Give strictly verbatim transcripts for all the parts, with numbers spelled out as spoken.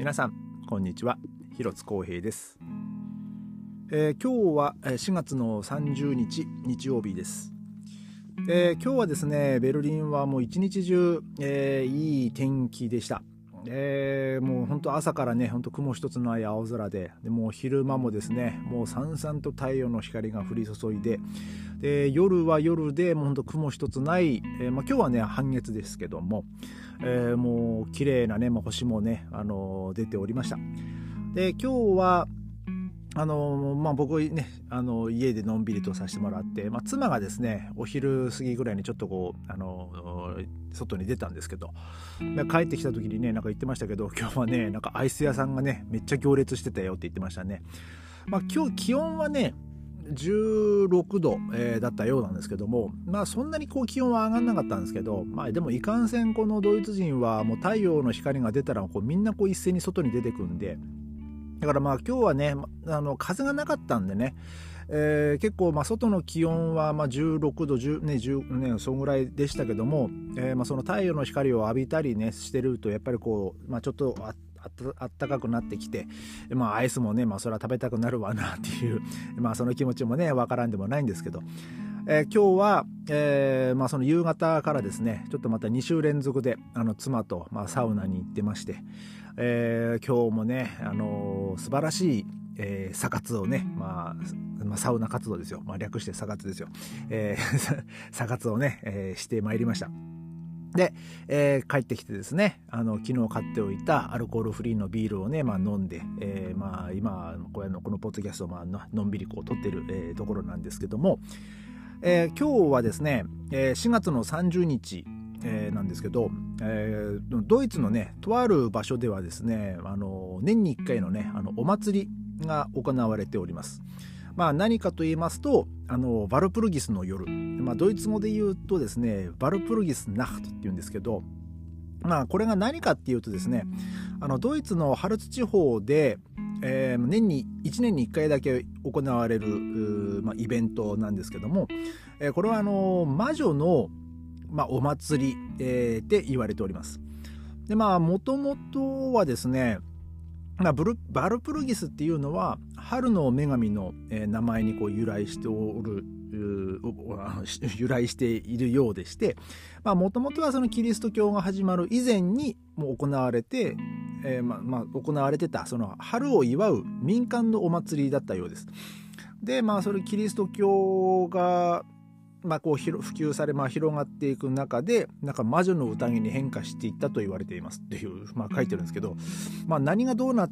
皆さんこんにちは、広津光平です。えー、今日はしがつのさんじゅうにち日曜日です。えー、今日はですねベルリンはもう一日中、えー、いい天気でした。えー、もう本当朝からね本当雲一つない青空で、でもう昼間もですねもうさんさんと太陽の光が降り注いで、で夜は夜でもう本当雲一つない、えーまあ、今日はね半月ですけども、えー、もう綺麗なね、まあ、星もね、あのー、出ておりました。で今日はあのまあ、僕ねあの家でのんびりとさせてもらって、まあ、妻がですねお昼過ぎぐらいにちょっとこうあの外に出たんですけど、帰ってきた時にねなんか言ってましたけど、今日はねなんかアイス屋さんがねめっちゃ行列してたよって言ってましたね。まあ、今日気温はねじゅうろくど、えー、だったようなんですけども、まあそんなにこう気温は上がんなかったんですけど、まあでもいかんせんこのドイツ人はもう太陽の光が出たらこうみんなこう一斉に外に出てくんで、だからまあ今日はねあの風がなかったんでね、えー、結構まあ外の気温はまあじゅうろくどじゅうねじゅうねそんぐらいでしたけども、えー、まあその太陽の光を浴びたりねしてるとやっぱりこうまあちょっとああったかくなってきて、まあアイスもねまあそれは食べたくなるわなっていうまあその気持ちもねわからんでもないんですけど、えー、今日は、えーまあ、その夕方からですねちょっとまたにしゅう連続であの妻とまあサウナに行ってまして、えー、今日もね、あのー、素晴らしい、えー、サ活をね、まあ、まあサウナ活動ですよ、まあ、略してサ活ですよ、えー、サ活をね、えー、してまいりました。で、えー、帰ってきてですねあの昨日買っておいたアルコールフリーのビールをね、まあ、飲んで、えーまあ、今これのこのポッドキャストを、まあ、の, のんびりこう撮ってる、えー、ところなんですけども、えー、今日はですね、えー、しがつのさんじゅうにち、えー、なんですけど、えー、ドイツのねとある場所ではですねあの年にいっかいのねあのお祭りが行われております。まあ、何かと言いますとあのバルプルギスの夜、まあ、ドイツ語で言うとですねバルプルギスナフトっていうんですけど、まあ、これが何かっていうとですねあのドイツのハルツ地方で、えー、年にいちねんにいっかいだけ行われる、まあ、イベントなんですけども、えー、これはあの魔女の、まあ、お祭り、えー、って言われております。でまあもともとはですねブルバルプルギスっていうのは春の女神の名前にこう由来しておる由来しているようでして、もともとはそのキリスト教が始まる以前にも行われて、えーままあ、行われてたその春を祝う民間のお祭りだったようです。でまあそれキリスト教がまあ、こう普及され、まあ、広がっていく中でなんか魔女の宴に変化していったと言われていますっていう、まあ、書いてるんですけど、まあ、何がどうなって、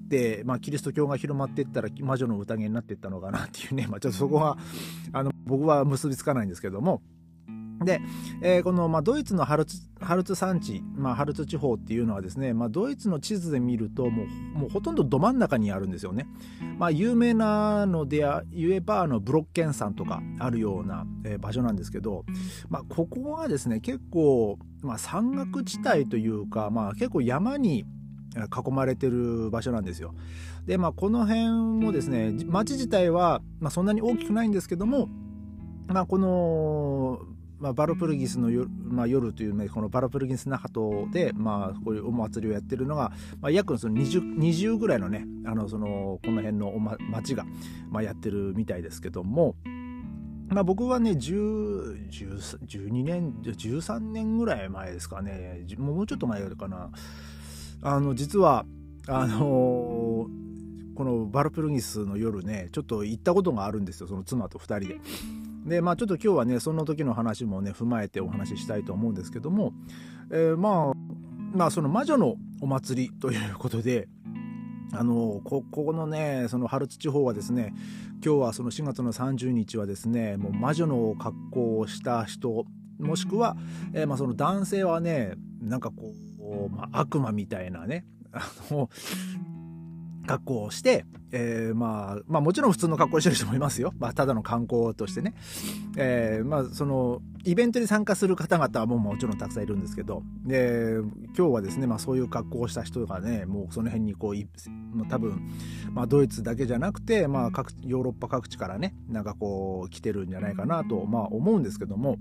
まあ、キリスト教が広まっていったら魔女の宴になっていったのかなっていうね、まあ、ちょっとそこはあの僕は結びつかないんですけども、で、えー、この、まあ、ドイツのハルツ、ハルツ山地、まあ、ハルツ地方っていうのはですね、まあ、ドイツの地図で見るともう、もうほとんどど真ん中にあるんですよね。まあ、有名なので言えばあのブロッケン山とかあるような、えー、場所なんですけど、まあ、ここはですね結構、まあ、山岳地帯というか、まあ、結構山に囲まれてる場所なんですよ。で、まあ、この辺もですね町自体は、まあ、そんなに大きくないんですけども、まあ、このまあ、バルプルギスの夜、まあ、夜という、ね、このバルプルギスナハトで、まあ、こういうお祭りをやってるのが、まあ、約その 20, 20ぐらいのねあのそのこの辺のお、ま、町が、まあ、やってるみたいですけども、まあ、僕はねじゅう、じゅう、じゅうにねんじゅうさんねんぐらい前ですかね、もうちょっと前かな、あの実はあのー、このバルプルギスの夜ねちょっと行ったことがあるんですよ、その妻とふたりで。でまあちょっと今日はねその時の話もね踏まえてお話ししたいと思うんですけども、えー、まあまあその魔女のお祭りということで、あのここのねそのハルツ地方はですね今日はそのしがつのさんじゅうにちはですねもう魔女の格好をした人もしくは、えー、まあその男性はねなんかこう、まあ、悪魔みたいなねあの格好をして、えーまあ、まあもちろん普通の格好してる人もいますよ、まあ、ただの観光としてね、えーまあ、そのイベントに参加する方々はもうもちろんたくさんいるんですけど、で今日はですね、まあ、そういう格好をした人がねもうその辺にこう多分、まあ、ドイツだけじゃなくて、まあ、各ヨーロッパ各地からねなんかこう来てるんじゃないかなと、まあ、思うんですけども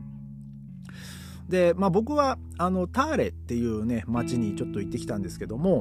で、まあ、僕はあのターレっていうね町にちょっと行ってきたんですけども、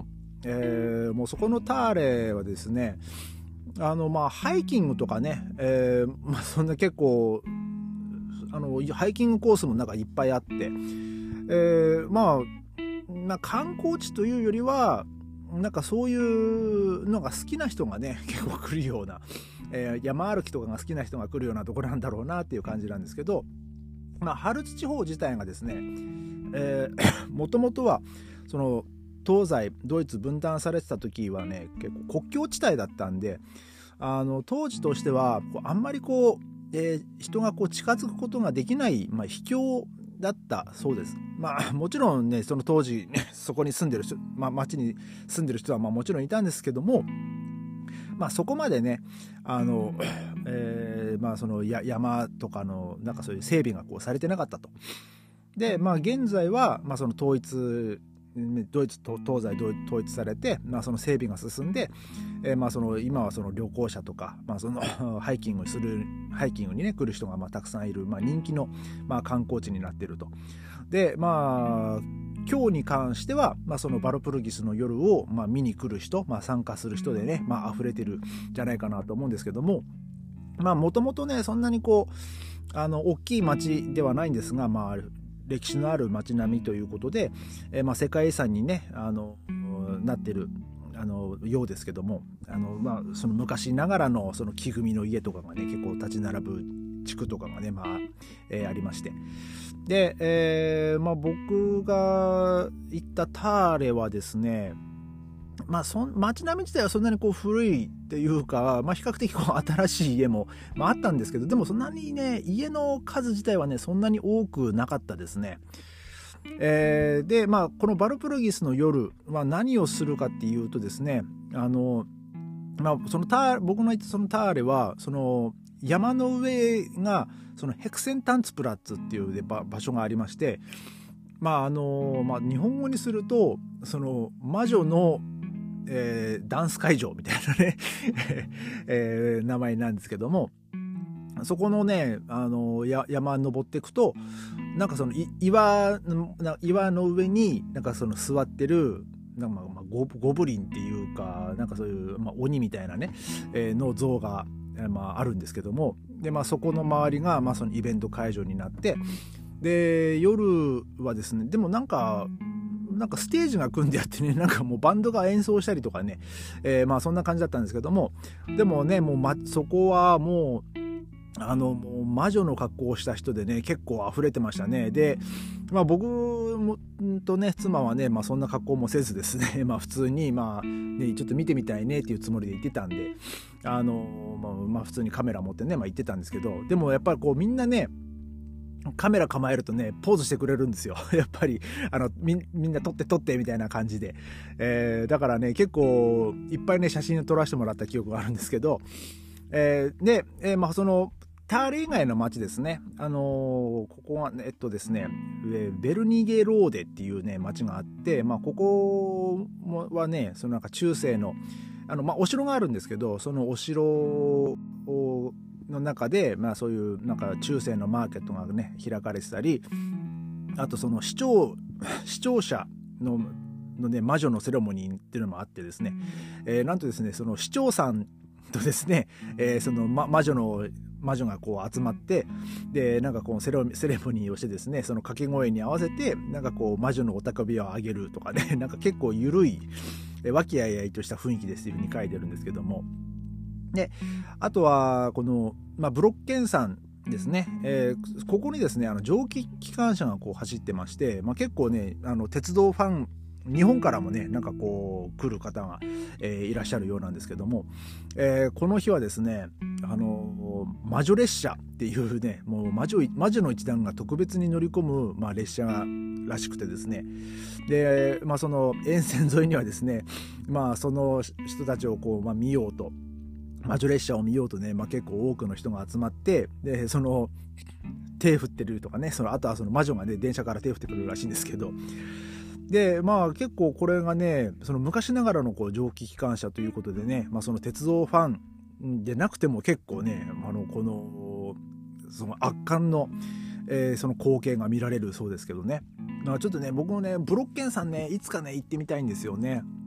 えー、もうそこのターレはですね、あのまあハイキングとかね、えーまあ、そんな結構あのハイキングコースもなんかいっぱいあって、えー、まあまあ観光地というよりはなんかそういうのが好きな人がね結構来るような、えー、山歩きとかが好きな人が来るようなところなんだろうなっていう感じなんですけど、まあ、ハルツ地方自体がですね、えー、もともとはその東西ドイツ分断されてた時はね結構国境地帯だったんで、あの当時としてはこうあんまりこう、えー、人がこう近づくことができない、まあ、秘境だったそうです。まあもちろんねその当時、ね、そこに住んでる人、まあ、町に住んでる人はまあもちろんいたんですけども、まあそこまでねあの、えー、まあそのや山とかのなんかそういう整備がこうされてなかったと。でまあ現在はまあその統一ドイツと東西統一されて、まあ、その整備が進んで、えー、まあその今はその旅行者とか、まあ、そのハイキングするハイキングにね来る人がまあたくさんいる、まあ、人気のまあ観光地になっていると。でまあ今日に関しては、まあ、そのバルプルギスの夜をまあ見に来る人、まあ、参加する人でね、まあ溢れてるんじゃないかなと思うんですけども、まあもともとねそんなにこうあの大きい町ではないんですが、まあ歴史のある街並みということで、えーまあ、世界遺産に、ね、あのなってるあのようですけども、あの、まあ、その昔ながらのその木組みの家とかがね結構立ち並ぶ地区とかがね、まあえー、ありまして、で、えーまあ、僕が行ったターレはですね、まあ、そ街並み自体はそんなにこう古いっていうか、まあ、比較的こう新しい家も、まあ、あったんですけど、でもそんなにね家の数自体はねそんなに多くなかったですね。えー、でまあこのバルプルギスの夜は何をするかっていうとですね、あの、まあ、そのター僕の言ったそのターレはその山の上がそのヘクセンタンツプラッツっていう、ね、場, 場所がありまして、まああのまあ、日本語にするとその魔女のえー、ダンス会場みたいなね、えー、名前なんですけども、そこのねあのや山登っていくとなんかその岩岩の上になんかその座ってるなんかまあ ゴ, ゴブリンっていうかなんかそういう、まあ、鬼みたいなね、えー、の像が、まあ、あるんですけども、で、まあ、そこの周りが、まあ、そのイベント会場になって、で夜はですねでもなんかなんかステージが組んであってね、なんかもうバンドが演奏したりとかね、えー、まあそんな感じだったんですけども、でもねもう、ま、そこはもうあのもう魔女の格好をした人でね結構溢れてましたね。で、まあ、僕もとね妻はね、まあ、そんな格好もせずですね、まあ、普通に、まあね、ちょっと見てみたいねっていうつもりで行ってたんで、あの、まあ、まあ普通にカメラ持ってね、まあ、行ってたんですけど、でもやっぱりこうみんなねカメラ構えるとねポーズしてくれるんですよやっぱりあの み, みんな撮って撮ってみたいな感じで、えー、だからね結構いっぱいね写真を撮らせてもらった記憶があるんですけど、えー、で、えーまあ、そのターレ以外の街ですね、あのー、ここはえっとですねベルニゲローデっていうね街があって、まあ、ここはねそのなんか中世のあの、まあ、お城があるんですけど、そのお城をの中で、まあ、そういうなんか中世のマーケットがね開かれてたり、あとその視聴視聴者のの、ね、魔女のセレモニーっていうのもあってですね、えー、なんとですねその市長さんとですね、えー、その、ま、魔女の魔女がこう集まって、でなんかこうセレセレモニーをしてですね、その掛け声に合わせてなんかこう魔女のおたかびを上げるとかね、なんか結構ゆるい和気あいあいとした雰囲気ですというふうに書いてるんですけども、であとはこの、まあ、ブロッケン山ですね、えー、ここにですねあの蒸気機関車がこう走ってまして、まあ、結構ねあの鉄道ファン日本からもねなんかこう来る方が、えー、いらっしゃるようなんですけども、えー、この日はですねあの魔女列車っていうねもう魔女、魔女の一団が特別に乗り込む、まあ、列車がらしくてですね、で、まあ、その沿線沿いにはですね、まあ、その人たちをこう、まあ、見ようと魔女列車を見ようとね、まあ、結構多くの人が集まって、でその手振ってるとかね、そのあとはその魔女がね電車から手振ってくるらしいんですけど、でまあ結構これがねその昔ながらのこう蒸気機関車ということでね、まあ、その鉄道ファンでなくても結構ねあのこのその圧巻の、えー、その光景が見られるそうですけどね、まあ、ちょっとね僕もねブロッケンさんねいつかね行ってみたいんですよね。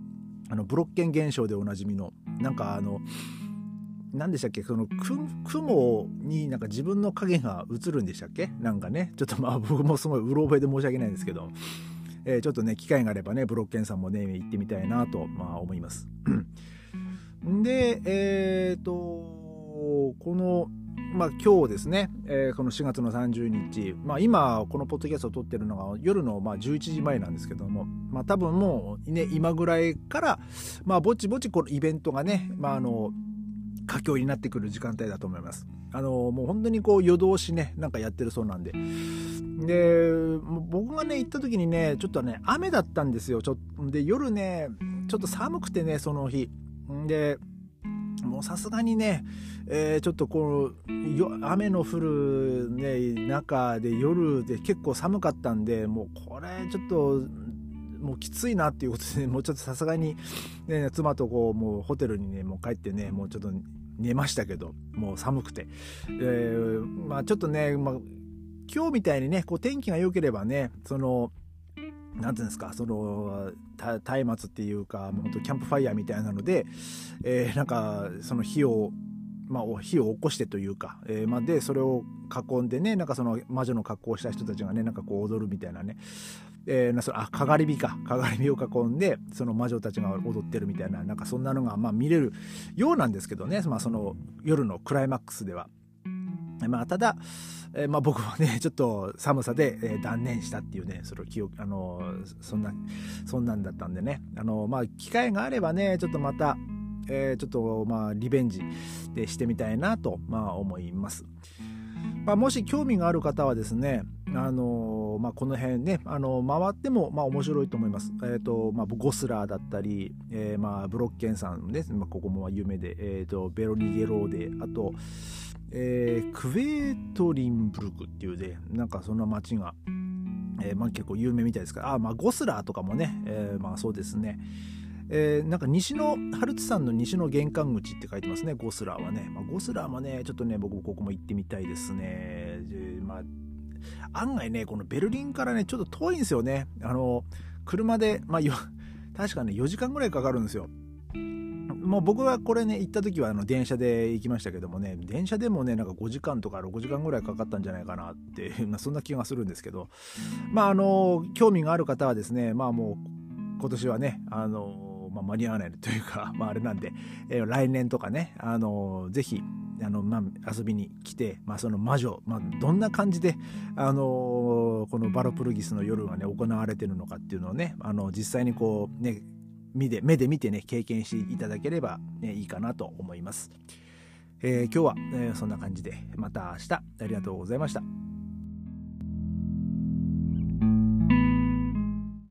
あのブロッケン現象でおなじみのなんかあの何でしたっけ、その雲になんか自分の影が映るんでしたっけ、なんかね、ちょっとまあ僕もすごいうろ覚えで申し訳ないんですけど、えー、ちょっとね機会があればねブロッケンさんもね行ってみたいなと、まあ、思います。でえっ、ー、とこのまあ今日ですね、えー、このしがつのさんじゅうにち、まあ、今このポッドキャストを撮ってるのが夜のまあじゅういちじまえなんですけども、まあ、多分もうね今ぐらいからまあぼちぼちこのイベントがね、まあ、あの佳境になってくる時間帯だと思います。あのもう本当にこう夜通しねなんかやってるそうなんで、で僕がね行った時にねちょっとね雨だったんですよ。ちょで夜ねちょっと寒くてねその日で、もうさすがにね、えー、ちょっとこの雨の降る、ね、中で夜で結構寒かったんで、もうこれちょっともうきついなっていうことで、ね、もうちょっとさすがに、ね、妻とこうもうホテルにねもう帰ってねもうちょっと寝ましたけど、もう寒くて、えー、まあちょっとね、まあ、今日みたいにねこう天気が良ければねそのなんていうんですか、その松明っていうかもう本当キャンプファイヤーみたいなので、えー、なんかその火をまあ、火を起こしてというか、えーまあ、でそれを囲んでねなんかその魔女の格好をした人たちがねなんかこう踊るみたいなね、えー、そのあかがり火かかがり火を囲んでその魔女たちが踊ってるみたいななんかそんなのがまあ見れるようなんですけどね、まあ、その夜のクライマックスでは、まあ、ただ、えーまあ、僕はねちょっと寒さで、えー、断念したっていうねそれを記憶あのそんなそんなんだったんでね、あのまあ機会があればねちょっとまたえー、ちょっとまあリベンジでしてみたいなと、まあ、思います。まあ、もし興味がある方はですね、あのーまあ、この辺ね、あのー、回ってもまあ面白いと思います。えーとまあ、ゴスラーだったり、えー、まあブロッケンさんです、まあ、ここも有名で、えーとベロニゲローで、あと、えー、クヴェートリンブルクっていうねなんかそんな街が、えーまあ、結構有名みたいですから、あ、まあ、ゴスラーとかもね、えー、まあそうですね。えー、なんか西のハルツ山の西の玄関口って書いてますね、ゴスラーはね。まあ、ゴスラーもねちょっとね僕ここも行ってみたいですね。で、まあ、案外ねこのベルリンからねちょっと遠いんですよね。あの車で、まあ、よ確かねよじかんぐらいかかるんですよ。もう僕はこれね行った時はあの電車で行きましたけどもね、電車でもねなんかごじかんとかろくじかんぐらいかかったんじゃないかなってそんな気がするんですけど、まああの興味がある方はですね、まあもう今年はねあのまあ、間に合わないというか、まあ、あれなんで、えー、来年とかね、あのー、ぜひあの、まあ、遊びに来て、まあ、その魔女、まあ、どんな感じで、あのー、このバロプルギスの夜がね行われてるのかっていうのをね、あの実際にこうね目で目で見てね経験していただければ、ね、いいかなと思います。えー、今日は、えー、そんな感じでまた明日ありがとうございました。